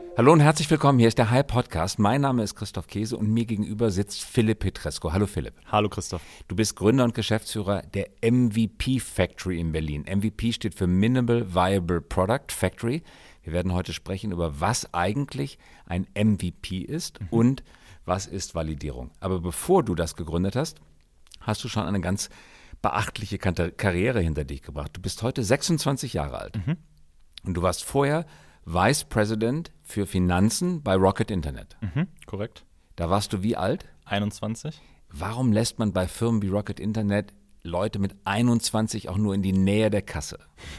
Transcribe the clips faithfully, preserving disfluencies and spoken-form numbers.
Hallo und herzlich willkommen, hier ist der Hi Podcast. Mein Name ist Christoph Käse und mir gegenüber sitzt Philipp Petresco. Hallo Philipp. Hallo Christoph. Du bist Gründer und Geschäftsführer der M V P Factory in Berlin. M V P steht für Minimal Viable Product Factory. Wir werden heute sprechen über, was eigentlich ein M V P ist mhm. und was ist Validierung. Aber bevor du das gegründet hast, hast du schon eine ganz beachtliche Karriere hinter dich gebracht. Du bist heute sechsundzwanzig Jahre alt mhm. und du warst vorher Vice President für Finanzen bei Rocket Internet. Mhm, korrekt. Da warst du wie alt? einundzwanzig. Warum lässt man bei Firmen wie Rocket Internet Leute mit einundzwanzig auch nur in die Nähe der Kasse?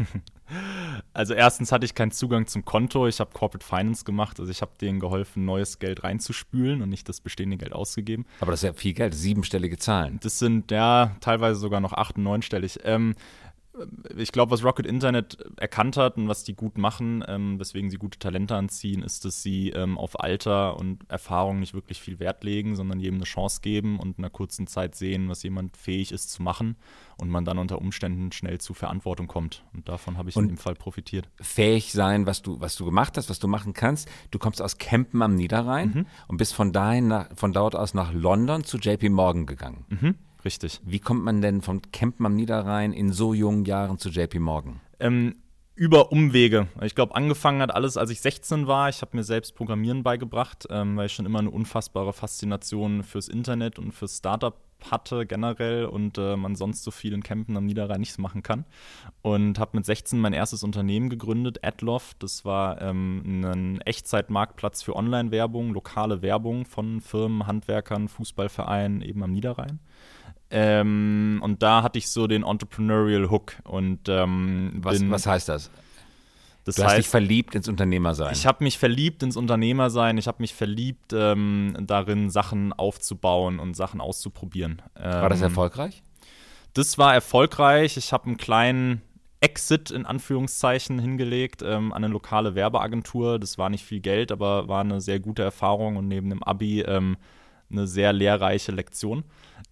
Also erstens hatte ich keinen Zugang zum Konto. Ich habe Corporate Finance gemacht. Also ich habe denen geholfen, neues Geld reinzuspülen und nicht das bestehende Geld ausgegeben. Aber das ist ja viel Geld, siebenstellige Zahlen. Das sind ja teilweise sogar noch acht- und neunstellig. Ähm, Ich glaube, was Rocket Internet erkannt hat und was die gut machen, ähm, weswegen sie gute Talente anziehen, ist, dass sie ähm, auf Alter und Erfahrung nicht wirklich viel Wert legen, sondern jedem eine Chance geben und in einer kurzen Zeit sehen, was jemand fähig ist zu machen und man dann unter Umständen schnell zu Verantwortung kommt. Und davon habe ich und in dem Fall profitiert. Fähig sein, was du, was du gemacht hast, was du machen kannst. Du kommst aus Kempen am Niederrhein mhm. und bist von, dahin nach, von dort aus nach London zu J P Morgan gegangen. Mhm. Richtig. Wie kommt man denn von Kempen am Niederrhein in so jungen Jahren zu J P Morgan? Ähm, über Umwege. Ich glaube, angefangen hat alles, als ich sechzehn war. Ich habe mir selbst Programmieren beigebracht, ähm, weil ich schon immer eine unfassbare Faszination fürs Internet und fürs Startup hatte generell und äh, man sonst so viel in Kempen am Niederrhein nichts machen kann. Und habe mit sechzehn mein erstes Unternehmen gegründet, Adloft. Das war ähm, ein Echtzeitmarktplatz für Online-Werbung, lokale Werbung von Firmen, Handwerkern, Fußballvereinen eben am Niederrhein. Ähm, und da hatte ich so den Entrepreneurial Hook. Und, ähm, was, bin, was heißt das? Das du heißt, hast dich verliebt ins Unternehmersein. Ich habe mich verliebt ins Unternehmersein. Ich habe mich verliebt ähm, darin, Sachen aufzubauen und Sachen auszuprobieren. Ähm, war das erfolgreich? Das war erfolgreich. Ich habe einen kleinen Exit in Anführungszeichen hingelegt ähm, an eine lokale Werbeagentur. Das war nicht viel Geld, aber war eine sehr gute Erfahrung und neben dem Abi ähm, eine sehr lehrreiche Lektion.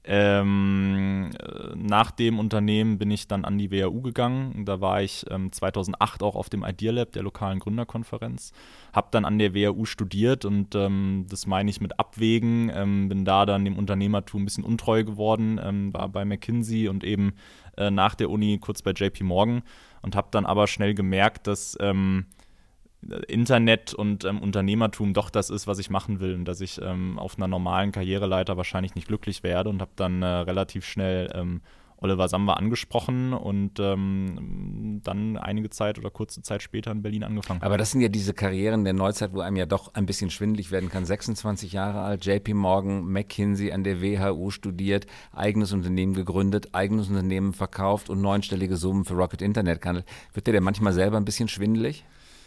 Ähm, nach dem Unternehmen bin ich dann an die W H U gegangen. Da war ich ähm, zweitausendacht auch auf dem Idea Lab, der lokalen Gründerkonferenz. Habe dann an der W H U studiert und ähm, das meine ich mit Abwägen. Ähm, bin da dann dem Unternehmertum ein bisschen untreu geworden, ähm, war bei McKinsey und eben äh, nach der Uni kurz bei J P Morgan und habe dann aber schnell gemerkt, dass ähm, Internet und ähm, Unternehmertum doch das ist, was ich machen will und dass ich ähm, auf einer normalen Karriereleiter wahrscheinlich nicht glücklich werde und habe dann äh, relativ schnell ähm, Oliver Samba angesprochen und ähm, dann einige Zeit oder kurze Zeit später in Berlin angefangen. Aber das sind ja diese Karrieren der Neuzeit, wo einem ja doch ein bisschen schwindelig werden kann. sechsundzwanzig Jahre alt, J P Morgan, McKinsey an der W H U studiert, eigenes Unternehmen gegründet, eigenes Unternehmen verkauft und neunstellige Summen für Rocket Internet gehandelt. Wird dir denn manchmal selber ein bisschen schwindelig?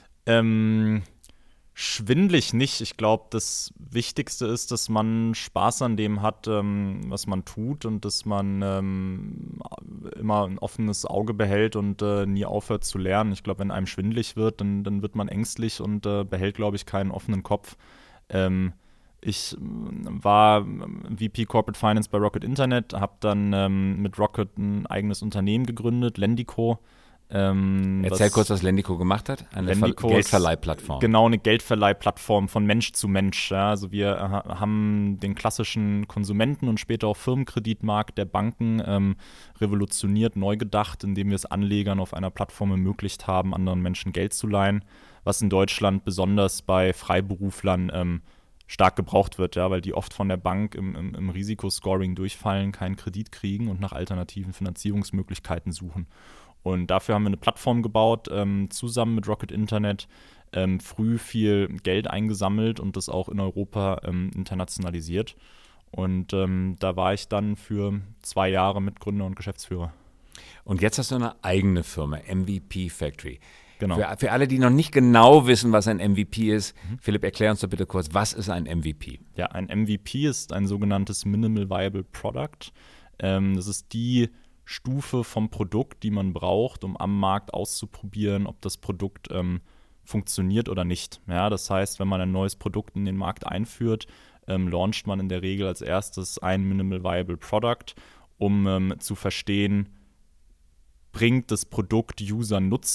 Ähm, schwindlig nicht. Ich glaube, das Wichtigste ist, dass man Spaß an dem hat, ähm, was man tut und dass man ähm, immer ein offenes Auge behält und äh, nie aufhört zu lernen. Ich glaube, wenn einem schwindlig wird, dann, dann wird man ängstlich und äh, behält, glaube ich, keinen offenen Kopf. Ähm, ich war V P Corporate Finance bei Rocket Internet, habe dann ähm, mit Rocket ein eigenes Unternehmen gegründet, Lendico. Ähm, Erzähl was, kurz, was Lendico gemacht hat. Eine Ver- Geldverleihplattform. Genau, eine Geldverleihplattform von Mensch zu Mensch. Ja. Also wir ha- haben den klassischen Konsumenten- und später auch Firmenkreditmarkt der Banken ähm, revolutioniert, neu gedacht, indem wir es Anlegern auf einer Plattform ermöglicht haben, anderen Menschen Geld zu leihen, was in Deutschland besonders bei Freiberuflern ähm, stark gebraucht wird, ja, weil die oft von der Bank im, im, im Risikoscoring durchfallen, keinen Kredit kriegen und nach alternativen Finanzierungsmöglichkeiten suchen. Und dafür haben wir eine Plattform gebaut, ähm, zusammen mit Rocket Internet, ähm, früh viel Geld eingesammelt und das auch in Europa ähm, internationalisiert. Und ähm, da war ich dann für zwei Jahre Mitgründer und Geschäftsführer. Und jetzt hast du eine eigene Firma, M V P Factory. Genau. Für, für alle, die noch nicht genau wissen, was ein M V P ist, mhm. Philipp, erklär uns doch bitte kurz, was ist ein M V P? Ja, ein M V P ist ein sogenanntes Minimal Viable Product. Ähm, das ist die Stufe vom Produkt, die man braucht, um am Markt auszuprobieren, ob das Produkt ähm, funktioniert oder nicht. Ja, das heißt, wenn man ein neues Produkt in den Markt einführt, ähm, launcht man in der Regel als erstes ein Minimal Viable Product, um ähm, zu verstehen, bringt das Produkt Usern Nutzen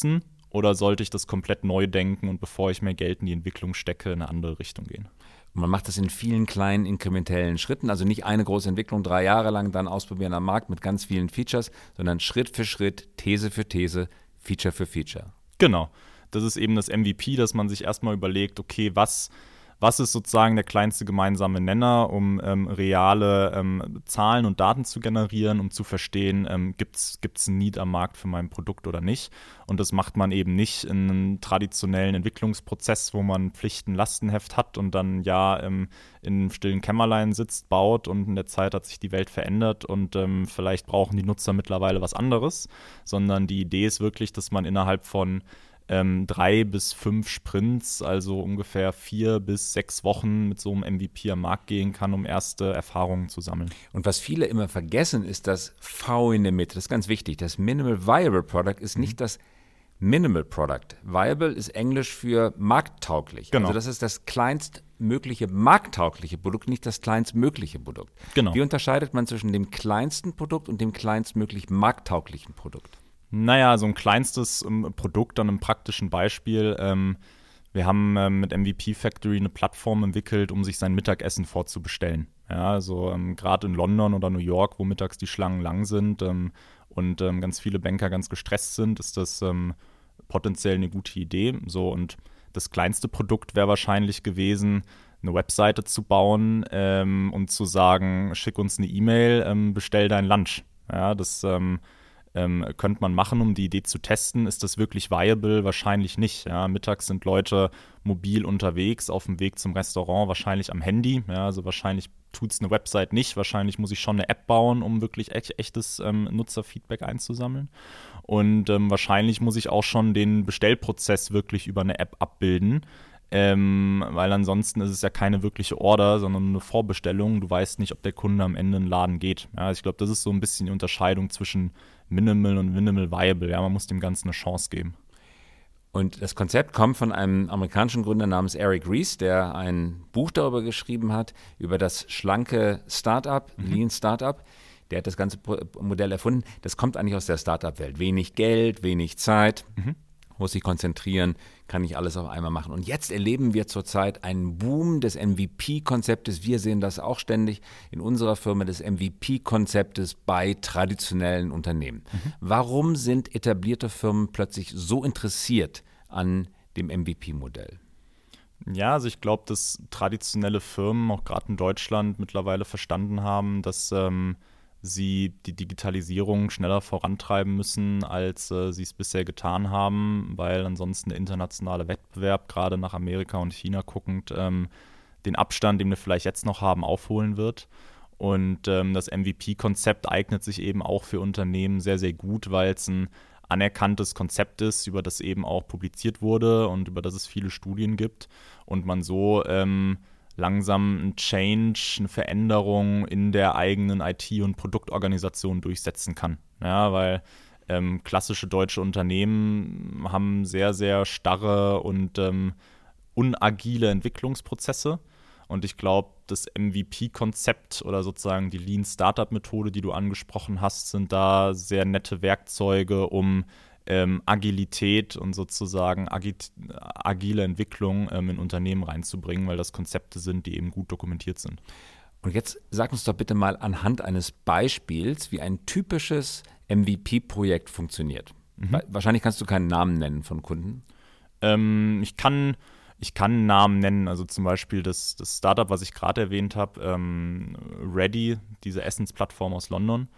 oder sollte ich das komplett neu denken und bevor ich mehr Geld in die Entwicklung stecke, in eine andere Richtung gehen? Und man macht das in vielen kleinen inkrementellen Schritten, also nicht eine große Entwicklung, drei Jahre lang dann ausprobieren am Markt mit ganz vielen Features, sondern Schritt für Schritt, These für These, Feature für Feature. Genau. Das ist eben das M V P, dass man sich erstmal überlegt, okay, was, was ist sozusagen der kleinste gemeinsame Nenner, um ähm, reale ähm, Zahlen und Daten zu generieren, um zu verstehen, ähm, gibt es einen Need am Markt für mein Produkt oder nicht. Und das macht man eben nicht in einem traditionellen Entwicklungsprozess, wo man Pflichten-Lastenheft hat und dann ja ähm, in einem stillen Kämmerlein sitzt, baut und in der Zeit hat sich die Welt verändert und ähm, vielleicht brauchen die Nutzer mittlerweile was anderes, sondern die Idee ist wirklich, dass man innerhalb von Ähm, drei bis fünf Sprints, also ungefähr vier bis sechs Wochen mit so einem M V P am Markt gehen kann, um erste Erfahrungen zu sammeln. Und was viele immer vergessen, ist das V in der Mitte. Das ist ganz wichtig. Das Minimal Viable Product ist nicht das Minimal Product. Viable ist Englisch für markttauglich. Genau. Also das ist das kleinstmögliche markttaugliche Produkt, nicht das kleinstmögliche Produkt. Genau. Wie unterscheidet man zwischen dem kleinsten Produkt und dem kleinstmöglich markttauglichen Produkt? Naja, so ein kleinstes ähm, Produkt an einem praktischen Beispiel. Ähm, wir haben ähm, mit M V P Factory eine Plattform entwickelt, um sich sein Mittagessen vorzubestellen. Ja, also ähm, gerade in London oder New York, wo mittags die Schlangen lang sind ähm, und ähm, ganz viele Banker ganz gestresst sind, ist das ähm, potenziell eine gute Idee. So, und das kleinste Produkt wäre wahrscheinlich gewesen, eine Webseite zu bauen ähm, und zu sagen, schick uns eine E-Mail, ähm, bestell dein Lunch. Ja, das ähm, Ähm, könnte man machen, um die Idee zu testen. Ist das wirklich viable? Wahrscheinlich nicht. Ja. Mittags sind Leute mobil unterwegs, auf dem Weg zum Restaurant, wahrscheinlich am Handy. Ja, also wahrscheinlich tut es eine Website nicht. Wahrscheinlich muss ich schon eine App bauen, um wirklich echt, echtes ähm, Nutzerfeedback einzusammeln. Und ähm, wahrscheinlich muss ich auch schon den Bestellprozess wirklich über eine App abbilden. Ähm, weil ansonsten ist es ja keine wirkliche Order, sondern eine Vorbestellung. Du weißt nicht, ob der Kunde am Ende in den Laden geht. Ja, also ich glaube, das ist so ein bisschen die Unterscheidung zwischen Minimal und Minimal Viable. Ja, man muss dem Ganzen eine Chance geben. Und das Konzept kommt von einem amerikanischen Gründer namens Eric Ries, der ein Buch darüber geschrieben hat, über das schlanke Startup, mhm. Lean Startup. Der hat das ganze Modell erfunden. Das kommt eigentlich aus der Startup-Welt. Wenig Geld, wenig Zeit. Mhm. Muss sich konzentrieren, kann nicht alles auf einmal machen. Und jetzt erleben wir zurzeit einen Boom des M V P-Konzeptes. Wir sehen das auch ständig in unserer Firma, des M V P-Konzeptes bei traditionellen Unternehmen. Mhm. Warum sind etablierte Firmen plötzlich so interessiert an dem M V P-Modell? Ja, also ich glaube, dass traditionelle Firmen, auch gerade in Deutschland, mittlerweile verstanden haben, dass ähm, sie die Digitalisierung schneller vorantreiben müssen, als äh, sie es bisher getan haben, weil ansonsten der internationale Wettbewerb, gerade nach Amerika und China guckend, ähm, den Abstand, den wir vielleicht jetzt noch haben, aufholen wird. Und ähm, das M V P-Konzept eignet sich eben auch für Unternehmen sehr, sehr gut, weil es ein anerkanntes Konzept ist, über das eben auch publiziert wurde und über das es viele Studien gibt und man so ähm, langsam ein Change, eine Veränderung in der eigenen I T- und Produktorganisation durchsetzen kann. Ja, weil ähm, klassische deutsche Unternehmen haben sehr, sehr starre und ähm, unagile Entwicklungsprozesse. Und ich glaube, das M V P-Konzept oder sozusagen die Lean-Startup-Methode, die du angesprochen hast, sind da sehr nette Werkzeuge, um Ähm, Agilität und sozusagen agi- agile Entwicklung ähm, in Unternehmen reinzubringen, weil das Konzepte sind, die eben gut dokumentiert sind. Und jetzt sag uns doch bitte mal anhand eines Beispiels, wie ein typisches M V P-Projekt funktioniert. Mhm. Wahrscheinlich kannst du keinen Namen nennen von Kunden. Ähm, ich kann Ich kann einen Namen nennen, also zum Beispiel das, das Startup, was ich gerade erwähnt habe, ähm, Ready, diese Essensplattform aus London.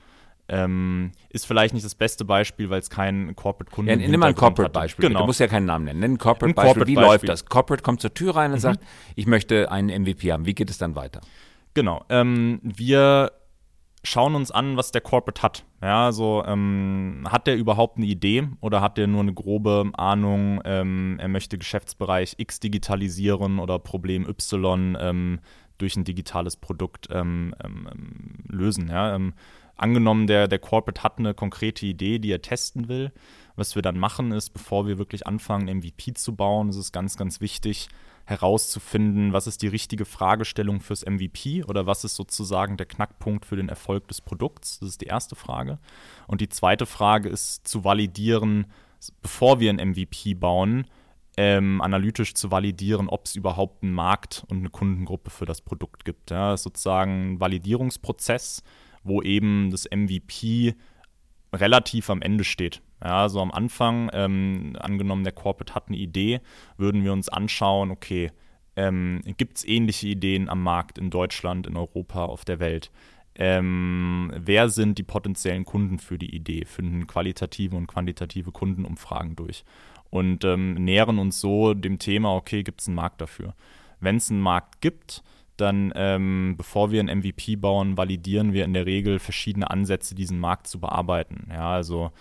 Ähm, ist vielleicht nicht das beste Beispiel, weil es kein Corporate-Kunde ist. Ja, nimm mal ein Corporate-Beispiel. Genau. Du musst ja keinen Namen nennen. Nenn ein Corporate-Beispiel. Corporate Wie läuft das? Corporate kommt zur Tür rein und mhm. sagt, ich möchte einen M V P haben. Wie geht es dann weiter? Genau. Ähm, wir schauen uns an, was der Corporate hat. Ja, also ähm, hat der überhaupt eine Idee oder hat der nur eine grobe Ahnung, ähm, er möchte Geschäftsbereich X digitalisieren oder Problem Y ähm, durch ein digitales Produkt ähm, ähm, lösen. Ja? Ähm, Angenommen, der, der Corporate hat eine konkrete Idee, die er testen will. Was wir dann machen ist, bevor wir wirklich anfangen, M V P zu bauen, ist es ganz, ganz wichtig, herauszufinden, was ist die richtige Fragestellung fürs M V P oder was ist sozusagen der Knackpunkt für den Erfolg des Produkts. Das ist die erste Frage. Und die zweite Frage ist zu validieren, bevor wir ein M V P bauen, ähm, analytisch zu validieren, ob es überhaupt einen Markt und eine Kundengruppe für das Produkt gibt. Ja, das ist sozusagen ein Validierungsprozess, wo eben das M V P relativ am Ende steht. Ja, so am Anfang, ähm, angenommen der Corporate hat eine Idee, würden wir uns anschauen, okay, ähm, gibt es ähnliche Ideen am Markt in Deutschland, in Europa, auf der Welt? Ähm, wer sind die potenziellen Kunden für die Idee? Finden qualitative und quantitative Kundenumfragen durch und ähm, nähern uns so dem Thema, okay, gibt es einen Markt dafür? Wenn es einen Markt gibt, dann, ähm, bevor wir ein M V P bauen, validieren wir in der Regel verschiedene Ansätze, diesen Markt zu bearbeiten. Ja, also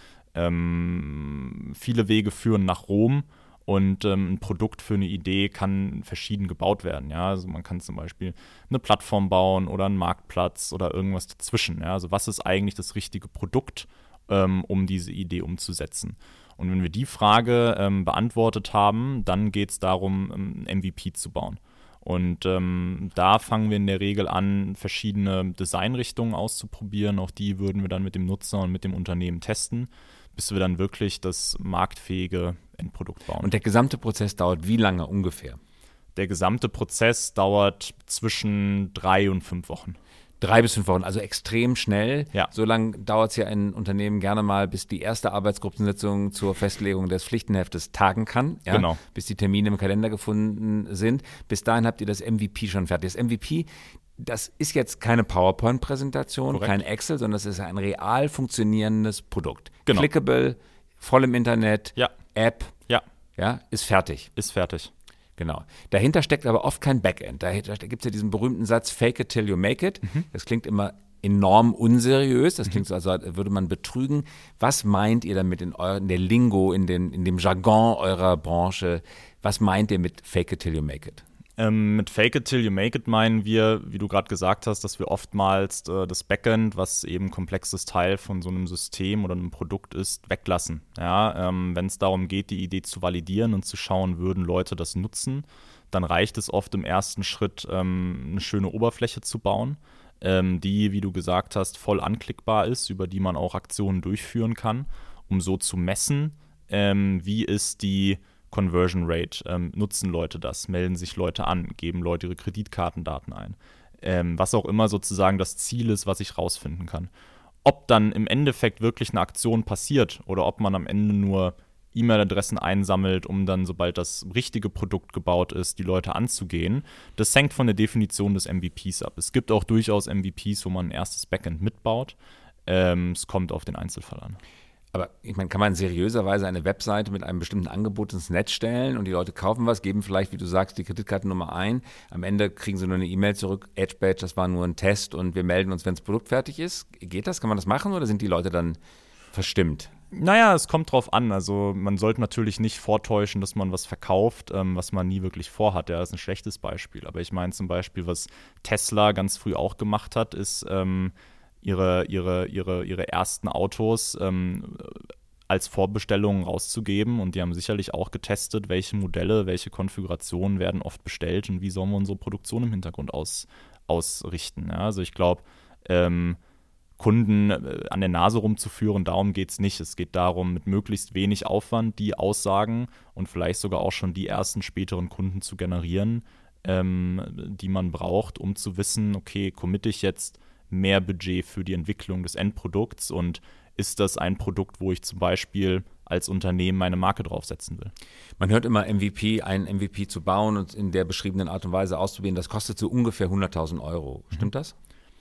ähm, viele Wege führen nach Rom und ähm, ein Produkt für eine Idee kann verschieden gebaut werden. Ja, also man kann zum Beispiel eine Plattform bauen oder einen Marktplatz oder irgendwas dazwischen. Ja, also was ist eigentlich das richtige Produkt, ähm, um diese Idee umzusetzen? Und wenn wir die Frage ähm, beantwortet haben, dann geht es darum, ein M V P zu bauen. Und ähm, da fangen wir in der Regel an, verschiedene Designrichtungen auszuprobieren. Auch die würden wir dann mit dem Nutzer und mit dem Unternehmen testen, bis wir dann wirklich das marktfähige Endprodukt bauen. Und der gesamte Prozess dauert wie lange ungefähr? Der gesamte Prozess dauert zwischen drei und fünf Wochen. Drei bis fünf Wochen, also extrem schnell. Ja. So lange dauert es ja in Unternehmen gerne mal, bis die erste Arbeitsgruppensitzung zur Festlegung des Pflichtenheftes tagen kann. Ja? Genau. Bis die Termine im Kalender gefunden sind. Bis dahin habt ihr das M V P schon fertig. Das M V P, das ist jetzt keine PowerPoint-Präsentation, Korrekt. kein Excel, sondern das ist ein real funktionierendes Produkt. Genau. Clickable, voll im Internet, Ja. App, Ja, ja, ist fertig. ist fertig. Genau. Dahinter steckt aber oft kein Backend. Dahinter gibt es ja diesen berühmten Satz, fake it till you make it. Mhm. Das klingt immer enorm unseriös. Das klingt so, als würde man betrügen. Was meint ihr damit in, euren, in der Lingo, in, den, in dem Jargon eurer Branche? Was meint ihr mit fake it till you make it? Ähm, mit Fake it till you make it meinen wir, wie du gerade gesagt hast, dass wir oftmals äh, das Backend, was eben ein komplexes Teil von so einem System oder einem Produkt ist, weglassen. Ja, ähm, wenn es darum geht, die Idee zu validieren und zu schauen, würden Leute das nutzen, dann reicht es oft im ersten Schritt, ähm, eine schöne Oberfläche zu bauen, ähm, die, wie du gesagt hast, voll anklickbar ist, über die man auch Aktionen durchführen kann, um so zu messen, ähm, wie ist die Conversion Rate, ähm, nutzen Leute das, melden sich Leute an, geben Leute ihre Kreditkartendaten ein. Ähm, was auch immer sozusagen das Ziel ist, was ich rausfinden kann. Ob dann im Endeffekt wirklich eine Aktion passiert oder ob man am Ende nur E-Mail-Adressen einsammelt, um dann, sobald das richtige Produkt gebaut ist, die Leute anzugehen, das hängt von der Definition des M V Ps ab. Es gibt auch durchaus M V Ps, wo man ein erstes Backend mitbaut. Ähm, es kommt auf den Einzelfall an. Aber ich meine, kann man seriöserweise eine Webseite mit einem bestimmten Angebot ins Netz stellen und die Leute kaufen was, geben vielleicht, wie du sagst, die Kreditkartennummer ein. Am Ende kriegen sie nur eine E-Mail zurück, Edge Badge, das war nur ein Test und wir melden uns, wenn das Produkt fertig ist. Geht das? Kann man das machen oder sind die Leute dann verstimmt? Naja, es kommt drauf an. Also man sollte natürlich nicht vortäuschen, dass man was verkauft, ähm, was man nie wirklich vorhat. Ja, das ist ein schlechtes Beispiel. Aber ich meine zum Beispiel, was Tesla ganz früh auch gemacht hat, ist ähm, ihre, ihre, ihre, ihre ersten Autos ähm, als Vorbestellungen rauszugeben. Und die haben sicherlich auch getestet, welche Modelle, welche Konfigurationen werden oft bestellt und wie sollen wir unsere Produktion im Hintergrund aus, ausrichten. Ja, also ich glaube, ähm, Kunden an der Nase rumzuführen, darum geht es nicht. Es geht darum, mit möglichst wenig Aufwand die Aussagen und vielleicht sogar auch schon die ersten späteren Kunden zu generieren, ähm, die man braucht, um zu wissen, okay, committe ich jetzt mehr Budget für die Entwicklung des Endprodukts und ist das ein Produkt, wo ich zum Beispiel als Unternehmen meine Marke draufsetzen will. Man hört immer M V P, einen M V P zu bauen und in der beschriebenen Art und Weise auszuprobieren, das kostet so ungefähr hunderttausend Euro. Stimmt das?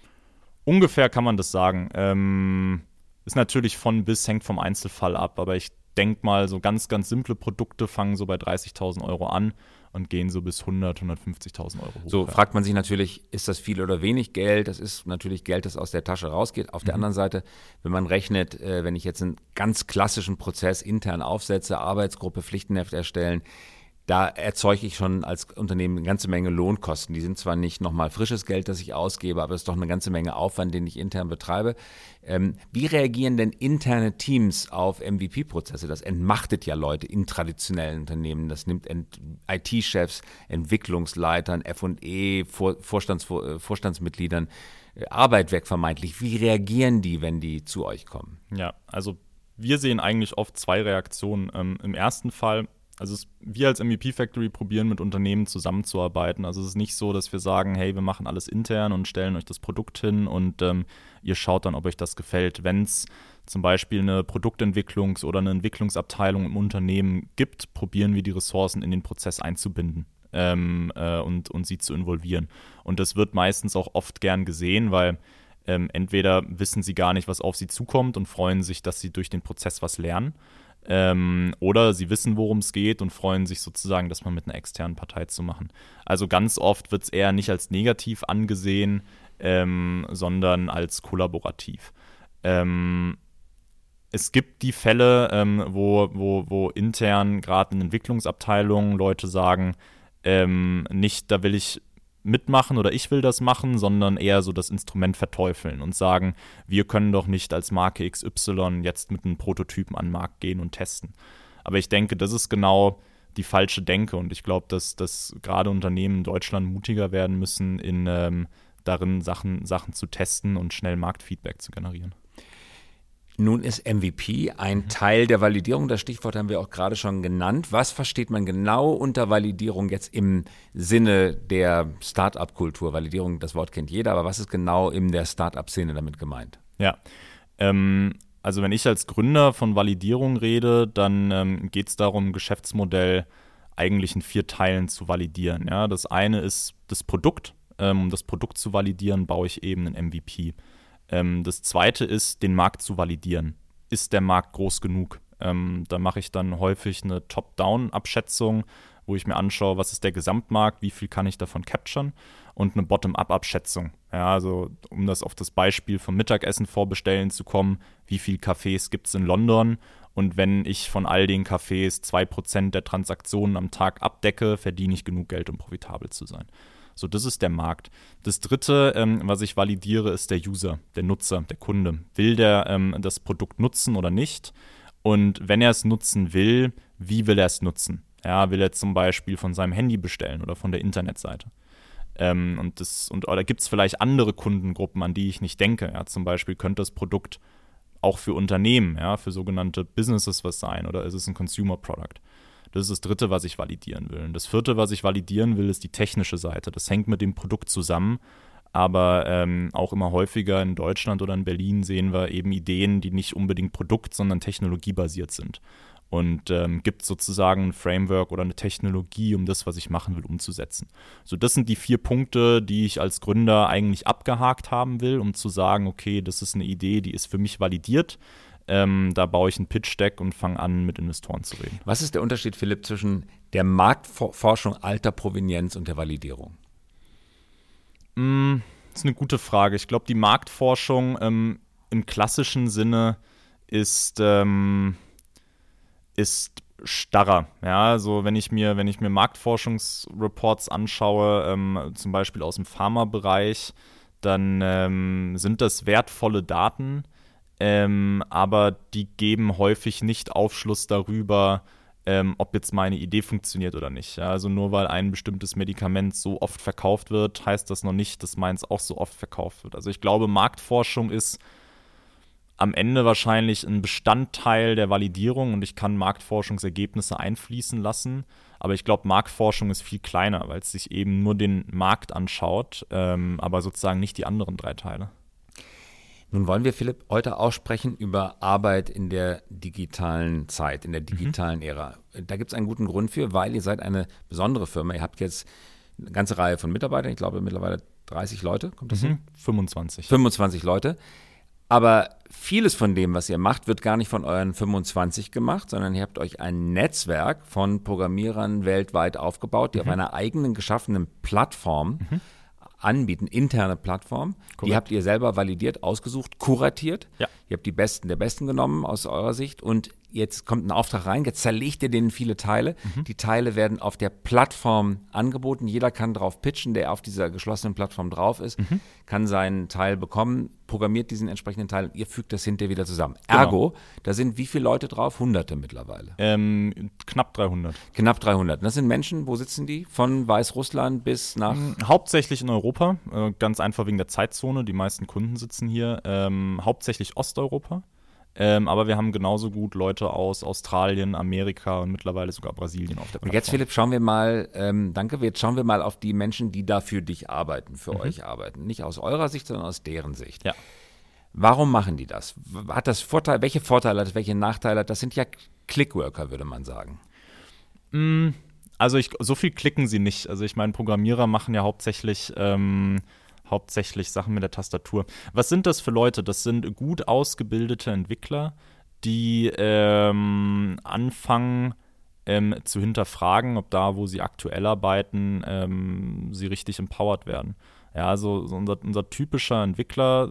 Ungefähr kann man das sagen. Ähm, ist natürlich von bis, hängt vom Einzelfall ab, aber ich denke mal, so ganz, ganz simple Produkte fangen so bei dreißigtausend Euro an und gehen so bis hundert, hundertfünfzigtausend Euro hoch. So fragt man sich natürlich, ist das viel oder wenig Geld? Das ist natürlich Geld, das aus der Tasche rausgeht. Auf der Mhm. anderen Seite, wenn man rechnet, äh, wenn ich jetzt einen ganz klassischen Prozess intern aufsetze, Arbeitsgruppe, Pflichtenheft erstellen, da erzeuge ich schon als Unternehmen eine ganze Menge Lohnkosten. Die sind zwar nicht nochmal frisches Geld, das ich ausgebe, aber es ist doch eine ganze Menge Aufwand, den ich intern betreibe. Ähm, wie reagieren denn interne Teams auf M V P-Prozesse? Das entmachtet ja Leute in traditionellen Unternehmen. Das nimmt Ent- I T-Chefs, Entwicklungsleitern, F und E, Vor- Vorstands- Vor- Vorstandsmitgliedern äh, Arbeit weg vermeintlich. Wie reagieren die, wenn die zu euch kommen? Ja, also wir sehen eigentlich oft zwei Reaktionen. Ähm, Im ersten Fall, also es, wir als M V P Factory probieren mit Unternehmen zusammenzuarbeiten. Also es ist nicht so, dass wir sagen, hey, wir machen alles intern und stellen euch das Produkt hin und ähm, ihr schaut dann, ob euch das gefällt. Wenn es zum Beispiel eine Produktentwicklungs- oder eine Entwicklungsabteilung im Unternehmen gibt, probieren wir die Ressourcen in den Prozess einzubinden. Ähm, äh, und, und sie zu involvieren. Und das wird meistens auch oft gern gesehen, weil ähm, entweder wissen sie gar nicht, was auf sie zukommt und freuen sich, dass sie durch den Prozess was lernen, ähm, oder sie wissen, worum es geht und freuen sich sozusagen, das mal mit einer externen Partei zu machen. Also ganz oft wird es eher nicht als negativ angesehen, ähm, sondern als kollaborativ. Ähm, Es gibt die Fälle, ähm, wo, wo, wo intern gerade in Entwicklungsabteilungen Leute sagen, ähm, nicht, da will ich mitmachen oder ich will das machen, sondern eher so das Instrument verteufeln und sagen, wir können doch nicht als Marke X Y jetzt mit einem Prototypen an den Markt gehen und testen. Aber ich denke, das ist genau die falsche Denke und ich glaube, dass, dass gerade Unternehmen in Deutschland mutiger werden müssen, in ähm, darin Sachen, Sachen zu testen und schnell Marktfeedback zu generieren. Nun ist M V P ein mhm. Teil der Validierung. Das Stichwort haben wir auch gerade schon genannt. Was versteht man genau unter Validierung jetzt im Sinne der Start-up-Kultur? Validierung, das Wort kennt jeder, aber was ist genau in der Start-up-Szene damit gemeint? Ja, ähm, also wenn ich als Gründer von Validierung rede, dann ähm, geht es darum, ein Geschäftsmodell eigentlich in vier Teilen zu validieren. Ja? Das eine ist das Produkt. Ähm, um das Produkt zu validieren, baue ich eben einen M V P. Ähm, das zweite ist, den Markt zu validieren. Ist der Markt groß genug? Ähm, da mache ich dann häufig eine Top-Down-Abschätzung, wo ich mir anschaue, was ist der Gesamtmarkt, wie viel kann ich davon capturen, und eine Bottom-up-Abschätzung. Ja, also um das auf das Beispiel vom Mittagessen vorbestellen zu kommen, wie viele Cafés gibt es in London? Und wenn ich von all den Cafés zwei Prozent der Transaktionen am Tag abdecke, verdiene ich genug Geld, um profitabel zu sein. So, das ist der Markt. Das dritte, ähm, was ich validiere, ist der User, der Nutzer, der Kunde. Will der ähm, das Produkt nutzen oder nicht? Und wenn er es nutzen will, wie will er es nutzen? Ja, will er zum Beispiel von seinem Handy bestellen oder von der Internetseite? Ähm, und das, und, oder gibt es vielleicht andere Kundengruppen, an die ich nicht denke? Ja, zum Beispiel könnte das Produkt auch für Unternehmen, ja, für sogenannte Businesses was sein, oder ist es ein Consumer Product? Das ist das Dritte, was ich validieren will. Und das Vierte, was ich validieren will, ist die technische Seite. Das hängt mit dem Produkt zusammen, aber ähm, auch immer häufiger in Deutschland oder in Berlin sehen wir eben Ideen, die nicht unbedingt produkt-, sondern technologiebasiert sind. Und ähm, gibt sozusagen ein Framework oder eine Technologie, um das, was ich machen will, umzusetzen. So, das sind die vier Punkte, die ich als Gründer eigentlich abgehakt haben will, um zu sagen, okay, das ist eine Idee, die ist für mich validiert. Ähm, da baue ich ein Pitch-Deck und fange an, mit Investoren zu reden. Was ist der Unterschied, Philipp, zwischen der Marktforschung alter Provenienz und der Validierung? Mm, das ist eine gute Frage. Ich glaube, die Marktforschung ähm, im klassischen Sinne ist, ähm, ist starrer. Ja, also wenn ich mir, wenn ich mir Marktforschungsreports anschaue, ähm, zum Beispiel aus dem Pharmabereich, dann ähm, sind das wertvolle Daten, Ähm, aber die geben häufig nicht Aufschluss darüber, ähm, ob jetzt meine Idee funktioniert oder nicht. Ja, also nur weil ein bestimmtes Medikament so oft verkauft wird, heißt das noch nicht, dass meins auch so oft verkauft wird. Also ich glaube, Marktforschung ist am Ende wahrscheinlich ein Bestandteil der Validierung und ich kann Marktforschungsergebnisse einfließen lassen. Aber ich glaube, Marktforschung ist viel kleiner, weil es sich eben nur den Markt anschaut, ähm, aber sozusagen nicht die anderen drei Teile. Nun wollen wir, Philipp, heute auch sprechen über Arbeit in der digitalen Zeit, in der digitalen mhm. Ära. Da gibt es einen guten Grund für, weil ihr seid eine besondere Firma. Ihr habt jetzt eine ganze Reihe von Mitarbeitern, ich glaube mittlerweile dreißig Leute, kommt das mhm. hin? fünfundzwanzig. fünfundzwanzig Leute. Aber vieles von dem, was ihr macht, wird gar nicht von euren fünfundzwanzig gemacht, sondern ihr habt euch ein Netzwerk von Programmierern weltweit aufgebaut, die mhm. auf einer eigenen geschaffenen Plattform mhm. anbieten, interne Plattform. Korrekt. Die habt ihr selber validiert, ausgesucht, kuratiert. Ja. Ihr habt die Besten der Besten genommen aus eurer Sicht und jetzt kommt ein Auftrag rein, jetzt zerlegt ihr denen viele Teile. Mhm. Die Teile werden auf der Plattform angeboten. Jeder kann drauf pitchen, der auf dieser geschlossenen Plattform drauf ist, mhm. kann seinen Teil bekommen, programmiert diesen entsprechenden Teil und ihr fügt das hinterher wieder zusammen. Genau. Ergo, da sind wie viele Leute drauf? Hunderte mittlerweile. Ähm, knapp dreihundert. Knapp dreihundert. Das sind Menschen, wo sitzen die? Von Weißrussland bis nach? Mhm. Hauptsächlich in Europa, äh, ganz einfach wegen der Zeitzone. Die meisten Kunden sitzen hier. Ähm, hauptsächlich Osteuropa. Ähm, aber wir haben genauso gut Leute aus Australien, Amerika und mittlerweile sogar Brasilien auf der Plattform. Und jetzt, Philipp, schauen wir mal, ähm, danke, jetzt schauen wir mal auf die Menschen, die da für dich arbeiten, für mhm. euch arbeiten. Nicht aus eurer Sicht, sondern aus deren Sicht. Ja. Warum machen die das? Hat das Vorteil, welche Vorteile hat das, welche Nachteile hat das? Das sind ja Clickworker, würde man sagen. Mm, also ich, so viel klicken sie nicht. Also ich meine, Programmierer machen ja hauptsächlich ähm, hauptsächlich Sachen mit der Tastatur. Was sind das für Leute? Das sind gut ausgebildete Entwickler, die ähm, anfangen ähm, zu hinterfragen, ob da, wo sie aktuell arbeiten, ähm, sie richtig empowered werden. Ja, also so unser, unser typischer Entwickler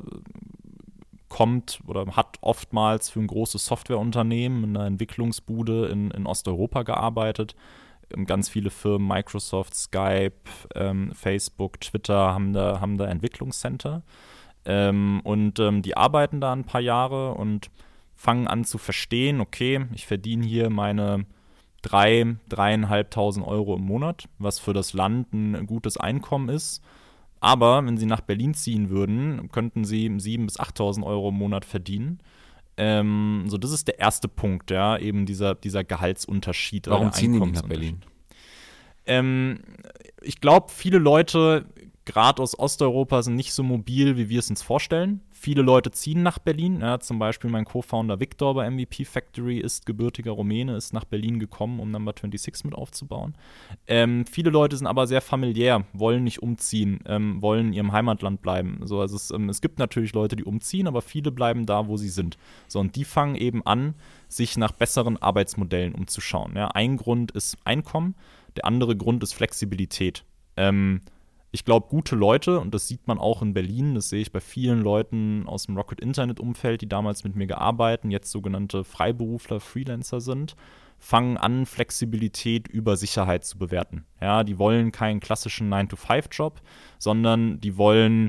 kommt oder hat oftmals für ein großes Softwareunternehmen in einer Entwicklungsbude in, in Osteuropa gearbeitet. Ganz viele Firmen, Microsoft, Skype, ähm, Facebook, Twitter haben da, haben da Entwicklungscenter. Ähm, und ähm, die arbeiten da ein paar Jahre und fangen an zu verstehen, okay, ich verdiene hier meine drei, dreieinhalbtausend Euro im Monat, was für das Land ein gutes Einkommen ist. Aber wenn sie nach Berlin ziehen würden, könnten sie siebentausend bis achttausend Euro im Monat verdienen. Ähm, so, das ist der erste Punkt, ja, eben dieser, dieser Gehaltsunterschied. Warum ziehen die nicht nach Berlin? Ähm, ich glaube, viele Leute, gerade aus Osteuropa, sind nicht so mobil, wie wir es uns vorstellen. Viele Leute ziehen nach Berlin. Ja, zum Beispiel mein Co-Founder Victor bei M V P Factory ist gebürtiger Rumäne, ist nach Berlin gekommen, um Number sechsundzwanzig mit aufzubauen. Ähm, viele Leute sind aber sehr familiär, wollen nicht umziehen, ähm, wollen in ihrem Heimatland bleiben. So, also es, ähm, es gibt natürlich Leute, die umziehen, aber viele bleiben da, wo sie sind. So, und die fangen eben an, sich nach besseren Arbeitsmodellen umzuschauen. Ja, ein Grund ist Einkommen, der andere Grund ist Flexibilität. Ähm, Ich glaube, gute Leute, und das sieht man auch in Berlin, das sehe ich bei vielen Leuten aus dem Rocket-Internet-Umfeld, die damals mit mir gearbeitet, jetzt sogenannte Freiberufler, Freelancer sind, fangen an, Flexibilität über Sicherheit zu bewerten. Ja, die wollen keinen klassischen nine to five Job, sondern die wollen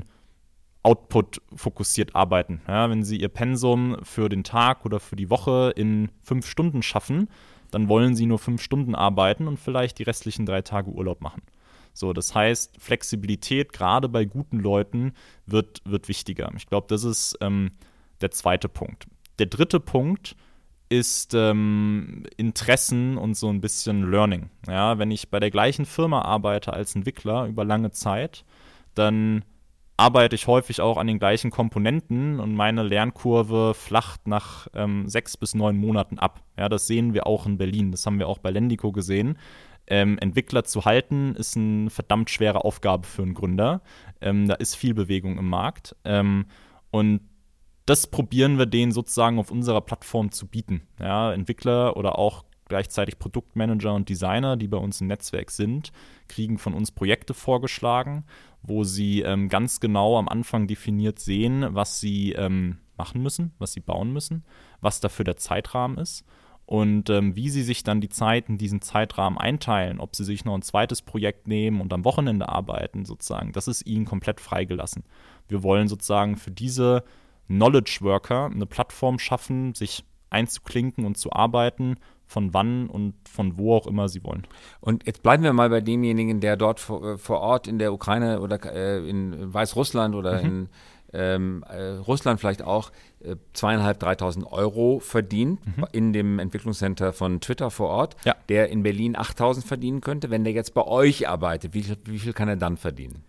Output-fokussiert arbeiten. Ja, wenn sie ihr Pensum für den Tag oder für die Woche in fünf Stunden schaffen, dann wollen sie nur fünf Stunden arbeiten und vielleicht die restlichen drei Tage Urlaub machen. So, das heißt, Flexibilität gerade bei guten Leuten wird, wird wichtiger. Ich glaube, das ist ähm, der zweite Punkt. Der dritte Punkt ist ähm, Interessen und so ein bisschen Learning. Ja, wenn ich bei der gleichen Firma arbeite als Entwickler über lange Zeit, dann arbeite ich häufig auch an den gleichen Komponenten und meine Lernkurve flacht nach ähm, sechs bis neun Monaten ab. Ja, das sehen wir auch in Berlin. Das haben wir auch bei Lendico gesehen. Ähm, Entwickler zu halten, ist eine verdammt schwere Aufgabe für einen Gründer. Ähm, da ist viel Bewegung im Markt. Ähm, und das probieren wir denen sozusagen auf unserer Plattform zu bieten. Ja, Entwickler oder auch gleichzeitig Produktmanager und Designer, die bei uns im Netzwerk sind, kriegen von uns Projekte vorgeschlagen, wo sie ähm, ganz genau am Anfang definiert sehen, was sie ähm, machen müssen, was sie bauen müssen, was dafür der Zeitrahmen ist. Und ähm, wie sie sich dann die Zeit in diesen Zeitrahmen einteilen, ob sie sich noch ein zweites Projekt nehmen und am Wochenende arbeiten, sozusagen, das ist ihnen komplett freigelassen. Wir wollen sozusagen für diese Knowledge Worker eine Plattform schaffen, sich einzuklinken und zu arbeiten, von wann und von wo auch immer sie wollen. Und jetzt bleiben wir mal bei demjenigen, der dort vor, vor Ort in der Ukraine oder äh, in Weißrussland oder mhm. in Ähm, äh, Russland vielleicht auch äh, zweieinhalb, dreitausend Euro verdient mhm. in dem Entwicklungscenter von Twitter vor Ort, ja. der in Berlin achttausend verdienen könnte. Wenn der jetzt bei euch arbeitet, wie viel, wie viel kann er dann verdienen?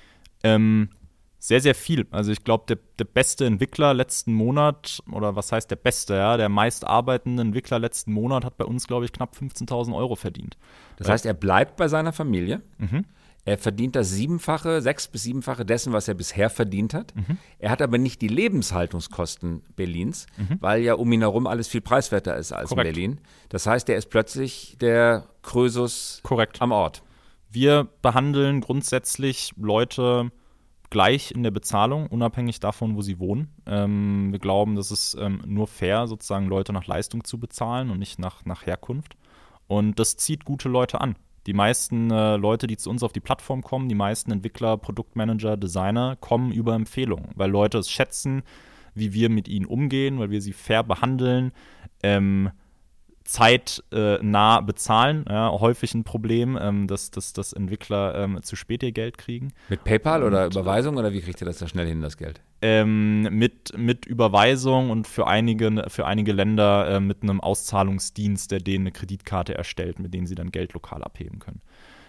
Ähm, sehr, sehr viel. Also ich glaube, der, der beste Entwickler letzten Monat, oder was heißt der beste, ja, der meist arbeitende Entwickler letzten Monat hat bei uns, glaube ich, knapp fünfzehntausend Euro verdient. Das Weil, heißt, er bleibt bei seiner Familie? Mhm. Er verdient das Siebenfache, sechs- bis siebenfache dessen, was er bisher verdient hat. Mhm. Er hat aber nicht die Lebenshaltungskosten Berlins, mhm. weil ja um ihn herum alles viel preiswerter ist als Korrekt. in Berlin. Das heißt, er ist plötzlich der Krösus Korrekt. am Ort. Wir behandeln grundsätzlich Leute gleich in der Bezahlung, unabhängig davon, wo sie wohnen. Ähm, wir glauben, das ist ähm, nur fair, sozusagen Leute nach Leistung zu bezahlen und nicht nach, nach Herkunft. Und das zieht gute Leute an. Die meisten äh, Leute, die zu uns auf die Plattform kommen, die meisten Entwickler, Produktmanager, Designer, kommen über Empfehlungen, weil Leute es schätzen, wie wir mit ihnen umgehen, weil wir sie fair behandeln. Ähm, zeitnah bezahlen, ja, häufig ein Problem, ähm, dass, dass, dass Entwickler ähm, zu spät ihr Geld kriegen. Mit PayPal und, oder Überweisung oder wie kriegt ihr das da schnell hin, das Geld? Ähm, mit, mit Überweisung und für einige, für einige Länder äh, mit einem Auszahlungsdienst, der denen eine Kreditkarte erstellt, mit denen sie dann Geld lokal abheben können.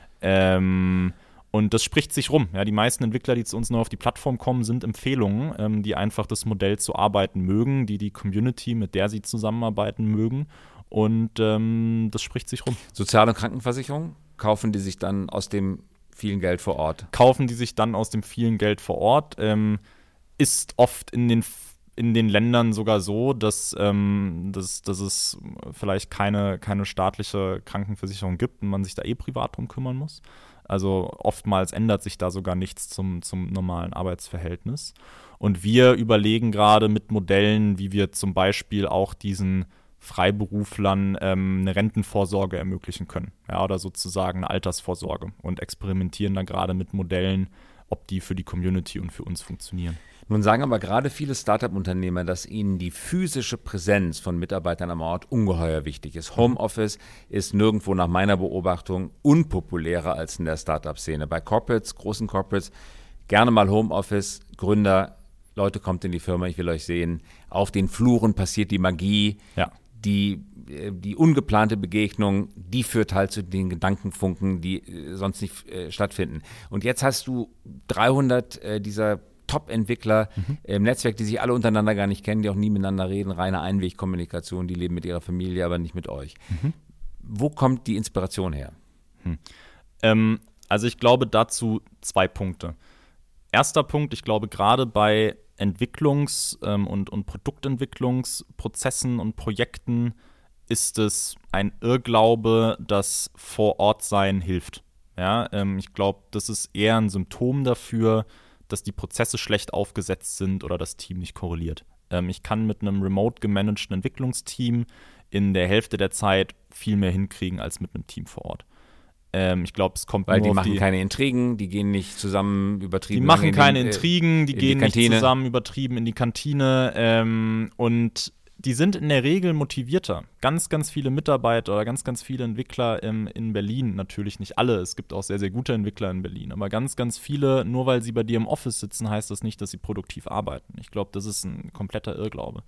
Ähm, und das spricht sich rum. Ja, die meisten Entwickler, die zu uns neu auf die Plattform kommen, sind Empfehlungen, ähm, die einfach das Modell zu arbeiten mögen, die die Community, mit der sie zusammenarbeiten mögen. Und ähm, das spricht sich rum. Sozial- und Krankenversicherung, kaufen die sich dann aus dem vielen Geld vor Ort? Kaufen die sich dann aus dem vielen Geld vor Ort. Ähm, ist oft in den, in den Ländern sogar so, dass, ähm, dass, dass es vielleicht keine, keine staatliche Krankenversicherung gibt und man sich da eh privat drum kümmern muss. Also oftmals ändert sich da sogar nichts zum, zum normalen Arbeitsverhältnis. Und wir überlegen gerade mit Modellen, wie wir zum Beispiel auch diesen Freiberuflern ähm, eine Rentenvorsorge ermöglichen können, ja, oder sozusagen eine Altersvorsorge und experimentieren da gerade mit Modellen, ob die für die Community und für uns funktionieren. Nun sagen aber gerade viele Startup-Unternehmer, dass ihnen die physische Präsenz von Mitarbeitern am Ort ungeheuer wichtig ist. Homeoffice ist nirgendwo nach meiner Beobachtung unpopulärer als in der Startup-Szene. Bei Corporates, großen Corporates, gerne mal Homeoffice, Gründer, Leute, kommt in die Firma, ich will euch sehen. Auf den Fluren passiert die Magie. Ja. Die, die ungeplante Begegnung, die führt halt zu den Gedankenfunken, die äh, sonst nicht äh, stattfinden. Und jetzt hast du dreihundert äh, dieser Top-Entwickler mhm. im Netzwerk, die sich alle untereinander gar nicht kennen, die auch nie miteinander reden, reine Einwegkommunikation, die leben mit ihrer Familie, aber nicht mit euch. Mhm. Wo kommt die Inspiration her? Hm. Ähm, also ich glaube dazu zwei Punkte. Erster Punkt, ich glaube gerade bei Entwicklungs- ähm, und, und Produktentwicklungsprozessen und Projekten ist es ein Irrglaube, dass vor Ort sein hilft. Ja, ähm, ich glaube, das ist eher ein Symptom dafür, dass die Prozesse schlecht aufgesetzt sind oder das Team nicht korreliert. Ähm, ich kann mit einem remote gemanagten Entwicklungsteam in der Hälfte der Zeit viel mehr hinkriegen als mit einem Team vor Ort. Ähm, ich glaube, es kommt Weil nur die auf machen die, keine Intrigen, die gehen nicht zusammen übertrieben. Die machen in keine den, Intrigen, die in gehen die nicht Kantine. zusammen übertrieben in die Kantine. Ähm, und die sind in der Regel motivierter. Ganz, ganz viele Mitarbeiter oder ganz, ganz viele Entwickler im, in Berlin, natürlich nicht alle, es gibt auch sehr, sehr gute Entwickler in Berlin, aber ganz, ganz viele, nur weil sie bei dir im Office sitzen, heißt das nicht, dass sie produktiv arbeiten. Ich glaube, das ist ein kompletter Irrglaube.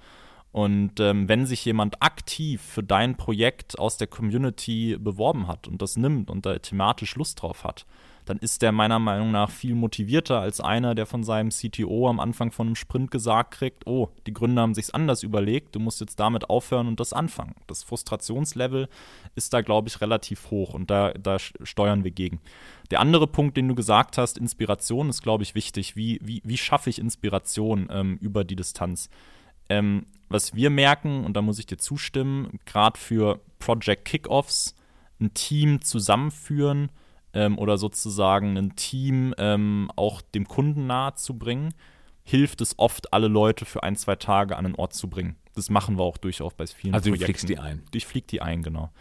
Und ähm, wenn sich jemand aktiv für dein Projekt aus der Community beworben hat und das nimmt und da thematisch Lust drauf hat, dann ist der meiner Meinung nach viel motivierter als einer, der von seinem C T O am Anfang von einem Sprint gesagt kriegt, oh, die Gründer haben sich's anders überlegt, du musst jetzt damit aufhören und das anfangen. Das Frustrationslevel ist da, glaube ich, relativ hoch und da, da steuern wir gegen. Der andere Punkt, den du gesagt hast, Inspiration, ist, glaube ich, wichtig. Wie, wie, wie schaffe ich Inspiration ähm, über die Distanz? Ähm, was wir merken, und da muss ich dir zustimmen, gerade für Project Kickoffs ein Team zusammenführen ähm, oder sozusagen ein Team ähm, auch dem Kunden nahe zu bringen, hilft es oft, alle Leute für ein, zwei Tage an einen Ort zu bringen. Das machen wir auch durchaus bei vielen also Projekten. Also du fliegst die ein? Ich flieg die ein, genau.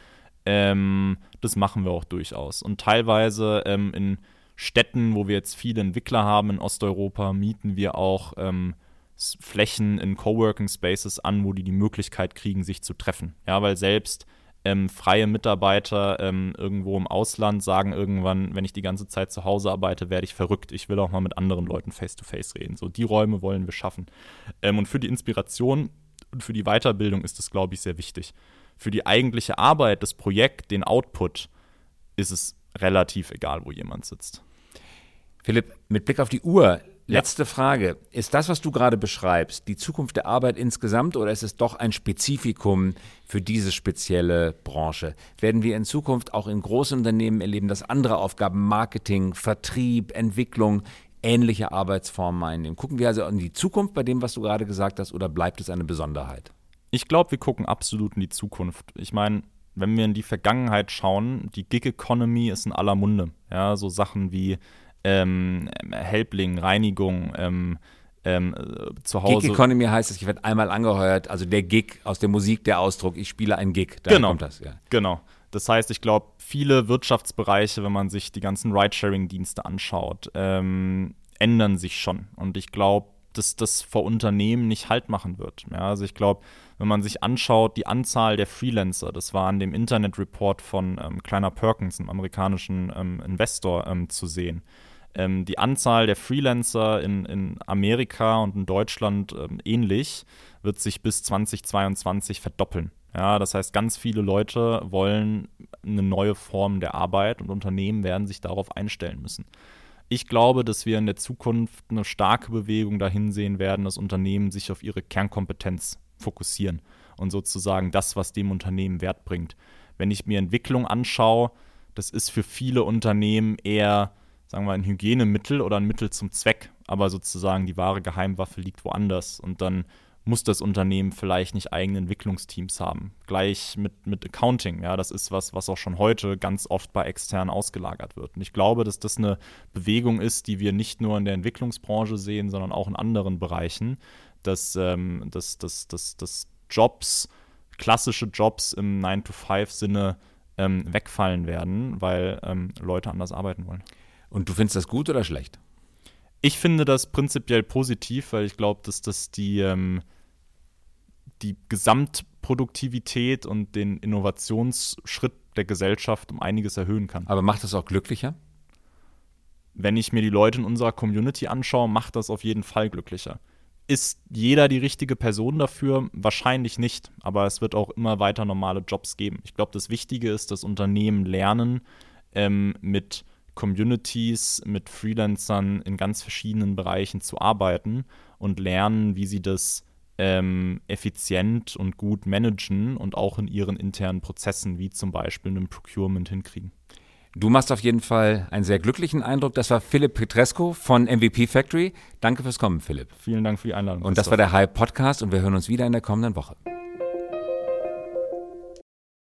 Ähm, das machen wir auch durchaus. Und teilweise ähm, in Städten, wo wir jetzt viele Entwickler haben in Osteuropa, mieten wir auch ähm, Flächen in Coworking Spaces an, wo die die Möglichkeit kriegen, sich zu treffen. Ja, weil selbst ähm, freie Mitarbeiter ähm, irgendwo im Ausland sagen irgendwann, wenn ich die ganze Zeit zu Hause arbeite, werde ich verrückt. Ich will auch mal mit anderen Leuten face-to-face reden. So, die Räume wollen wir schaffen. Ähm, und für die Inspiration und für die Weiterbildung ist das, glaube ich, sehr wichtig. Für die eigentliche Arbeit, das Projekt, den Output, ist es relativ egal, wo jemand sitzt. Philipp, mit Blick auf die Uhr, letzte Ja. Frage. Ist das, was du gerade beschreibst, die Zukunft der Arbeit insgesamt oder ist es doch ein Spezifikum für diese spezielle Branche? Werden wir in Zukunft auch in großen Unternehmen erleben, dass andere Aufgaben, Marketing, Vertrieb, Entwicklung, ähnliche Arbeitsformen einnehmen? Gucken wir also in die Zukunft bei dem, was du gerade gesagt hast, oder bleibt es eine Besonderheit? Ich glaube, wir gucken absolut in die Zukunft. Ich meine, wenn wir in die Vergangenheit schauen, die Gig-Economy ist in aller Munde. Ja, so Sachen wie Ähm, Helpling, Reinigung, ähm, ähm, zu Hause. Gig Economy heißt, ich werde einmal angeheuert, also der Gig aus der Musik, der Ausdruck, ich spiele einen Gig. Daher genau, kommt das, ja. Genau. Das heißt, ich glaube, viele Wirtschaftsbereiche, wenn man sich die ganzen Ridesharing-Dienste anschaut, ähm, ändern sich schon. Und ich glaube, dass das vor Unternehmen nicht Halt machen wird. Ja, also ich glaube, wenn man sich anschaut, die Anzahl der Freelancer, das war an dem Internet-Report von ähm, Kleiner Perkins, einem amerikanischen ähm, Investor, ähm, zu sehen. Ähm, die Anzahl der Freelancer in, in Amerika und in Deutschland ähm, ähnlich wird sich bis zwanzig zweiundzwanzig verdoppeln. Ja, das heißt, ganz viele Leute wollen eine neue Form der Arbeit und Unternehmen werden sich darauf einstellen müssen. Ich glaube, dass wir in der Zukunft eine starke Bewegung dahin sehen werden, dass Unternehmen sich auf ihre Kernkompetenz fokussieren und sozusagen das, was dem Unternehmen Wert bringt. Wenn ich mir Entwicklung anschaue, das ist für viele Unternehmen eher, sagen wir, ein Hygienemittel oder ein Mittel zum Zweck, aber sozusagen die wahre Geheimwaffe liegt woanders und dann muss das Unternehmen vielleicht nicht eigene Entwicklungsteams haben. Gleich mit, mit Accounting, ja, das ist was, was auch schon heute ganz oft bei extern ausgelagert wird. Und ich glaube, dass das eine Bewegung ist, die wir nicht nur in der Entwicklungsbranche sehen, sondern auch in anderen Bereichen, dass, ähm, dass, dass, dass, dass Jobs, klassische Jobs im nine to five Sinne ähm, wegfallen werden, weil ähm, Leute anders arbeiten wollen. Und du findest das gut oder schlecht? Ich finde das prinzipiell positiv, weil ich glaube, dass das die ähm, die Gesamtproduktivität und den Innovationsschritt der Gesellschaft um einiges erhöhen kann. Aber macht das auch glücklicher? Wenn ich mir die Leute in unserer Community anschaue, macht das auf jeden Fall glücklicher. Ist jeder die richtige Person dafür? Wahrscheinlich nicht, aber es wird auch immer weiter normale Jobs geben. Ich glaube, das Wichtige ist, dass Unternehmen lernen, ähm, mit Communities, mit Freelancern in ganz verschiedenen Bereichen zu arbeiten und lernen, wie sie das Ähm, effizient und gut managen und auch in ihren internen Prozessen, wie zum Beispiel einem Procurement, hinkriegen. Du machst auf jeden Fall einen sehr glücklichen Eindruck. Das war Philipp Petrescu von M V P Factory. Danke fürs Kommen, Philipp. Vielen Dank für die Einladung. Und das war der Hype Podcast und wir hören uns wieder in der kommenden Woche.